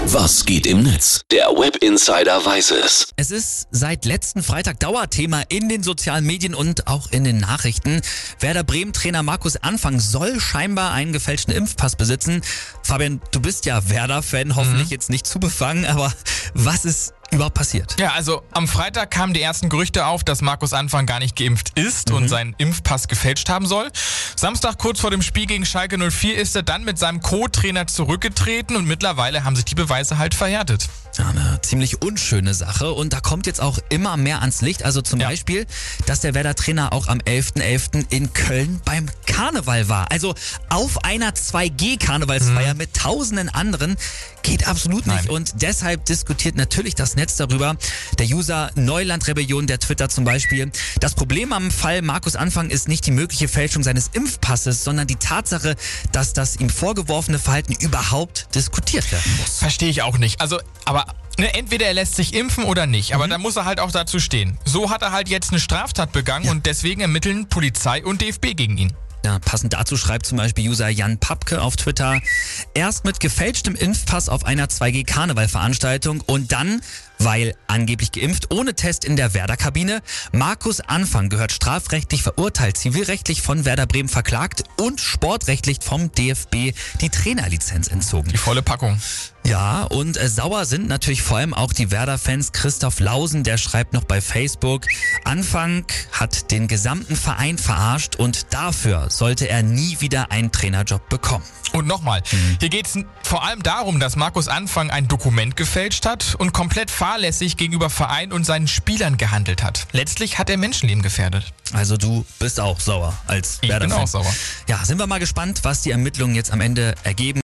Was geht im Netz? Der Web Insider weiß es. Es ist seit letzten Freitag Dauerthema in den sozialen Medien und auch in den Nachrichten. Werder Bremen-Trainer Markus Anfang soll scheinbar einen gefälschten Impfpass besitzen. Fabian, du bist ja Werder-Fan, hoffentlich jetzt nicht zu befangen, aber was ist überhaupt passiert? Ja, also am Freitag kamen die ersten Gerüchte auf, dass Markus Anfang gar nicht geimpft ist und seinen Impfpass gefälscht haben soll. Samstag kurz vor dem Spiel gegen Schalke 04 ist er dann mit seinem Co-Trainer zurückgetreten und mittlerweile haben sich die Beweise halt verhärtet. Ja, eine ziemlich unschöne Sache und da kommt jetzt auch immer mehr ans Licht. Also zum Beispiel, dass der Werder-Trainer auch am 11.11. in Köln beim Karneval war. Also auf einer 2G-Karnevalsfeier mit tausenden anderen. Geht absolut nicht. Und deshalb diskutiert natürlich das Netz darüber. Der User Neuland-Rebellion, der twittert zum Beispiel: Das Problem am Fall Markus Anfang ist nicht die mögliche Fälschung seines Impfpasses, sondern die Tatsache, dass das ihm vorgeworfene Verhalten überhaupt diskutiert werden muss. Verstehe ich auch nicht. Also, aber entweder er lässt sich impfen oder nicht, aber da muss er halt auch dazu stehen. So hat er halt jetzt eine Straftat begangen und deswegen ermitteln Polizei und DFB gegen ihn. Ja, passend dazu schreibt zum Beispiel User Jan Papke auf Twitter: Erst mit gefälschtem Impfpass auf einer 2G-Karnevalveranstaltung und dann, weil angeblich geimpft, ohne Test in der Werder-Kabine. Markus Anfang gehört strafrechtlich verurteilt, zivilrechtlich von Werder Bremen verklagt und sportrechtlich vom DFB die Trainerlizenz entzogen. Die volle Packung. Ja, und sauer sind natürlich vor allem auch die Werder-Fans. Christoph Lausen, der schreibt noch bei Facebook: Anfang hat den gesamten Verein verarscht und dafür sollte er nie wieder einen Trainerjob bekommen. Und nochmal, hier geht es vor allem darum, dass Markus Anfang ein Dokument gefälscht hat und komplett fahrlässig gegenüber Verein und seinen Spielern gehandelt hat. Letztlich hat er Menschenleben gefährdet. Also du bist auch sauer als Werder-Fan. Ich bin auch sauer. Ja, sind wir mal gespannt, was die Ermittlungen jetzt am Ende ergeben.